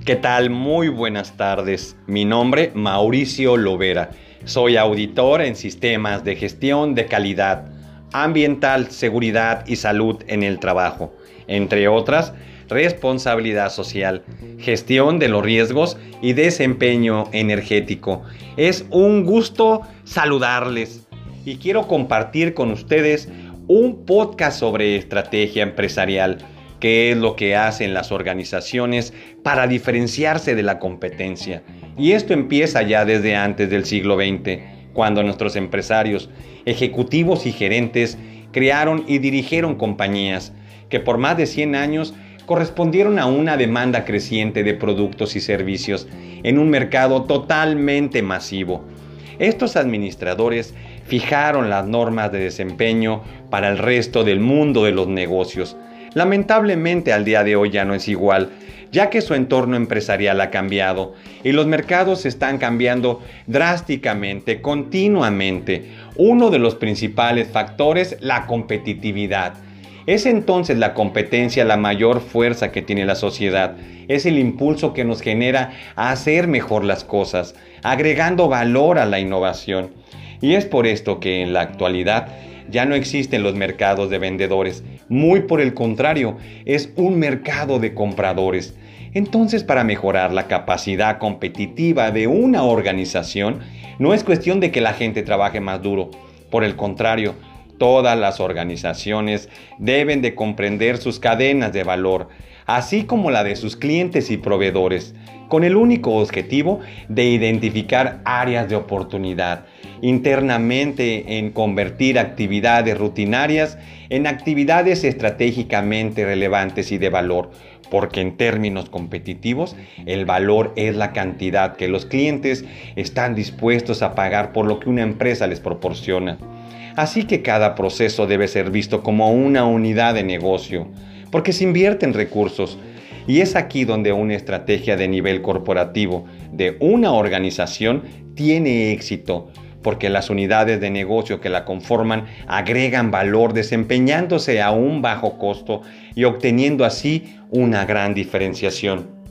¿Qué tal? Muy buenas tardes. Mi nombre, Mauricio Lovera. Soy auditor en sistemas de gestión de calidad, ambiental, seguridad y salud en el trabajo, entre otras, responsabilidad social, gestión de los riesgos y desempeño energético. Es un gusto saludarles y quiero compartir con ustedes un podcast sobre estrategia empresarial. ¿Qué es lo que hacen las organizaciones para diferenciarse de la competencia? Y esto empieza ya desde antes del siglo XX, cuando nuestros empresarios, ejecutivos y gerentes crearon y dirigieron compañías que por más de 100 años correspondieron a una demanda creciente de productos y servicios en un mercado totalmente masivo. Estos administradores fijaron las normas de desempeño para el resto del mundo de los negocios. Lamentablemente al día de hoy ya no es igual, ya que su entorno empresarial ha cambiado y los mercados están cambiando drásticamente, continuamente. Uno de los principales factores, la competitividad. Es entonces la competencia la mayor fuerza que tiene la sociedad. Es el impulso que nos genera a hacer mejor las cosas, agregando valor a la innovación. Y es por esto que en la actualidad ya no existen los mercados de vendedores. Muy por el contrario, es un mercado de compradores. Entonces, para mejorar la capacidad competitiva de una organización, no es cuestión de que la gente trabaje más duro. Por el contrario, todas las organizaciones deben de comprender sus cadenas de valor, así como la de sus clientes y proveedores, con el único objetivo de identificar áreas de oportunidad internamente en convertir actividades rutinarias en actividades estratégicamente relevantes y de valor, porque en términos competitivos el valor es la cantidad que los clientes están dispuestos a pagar por lo que una empresa les proporciona. Así que cada proceso debe ser visto como una unidad de negocio, porque se invierten recursos. Y es aquí donde una estrategia de nivel corporativo de una organización tiene éxito, porque las unidades de negocio que la conforman agregan valor desempeñándose a un bajo costo y obteniendo así una gran diferenciación.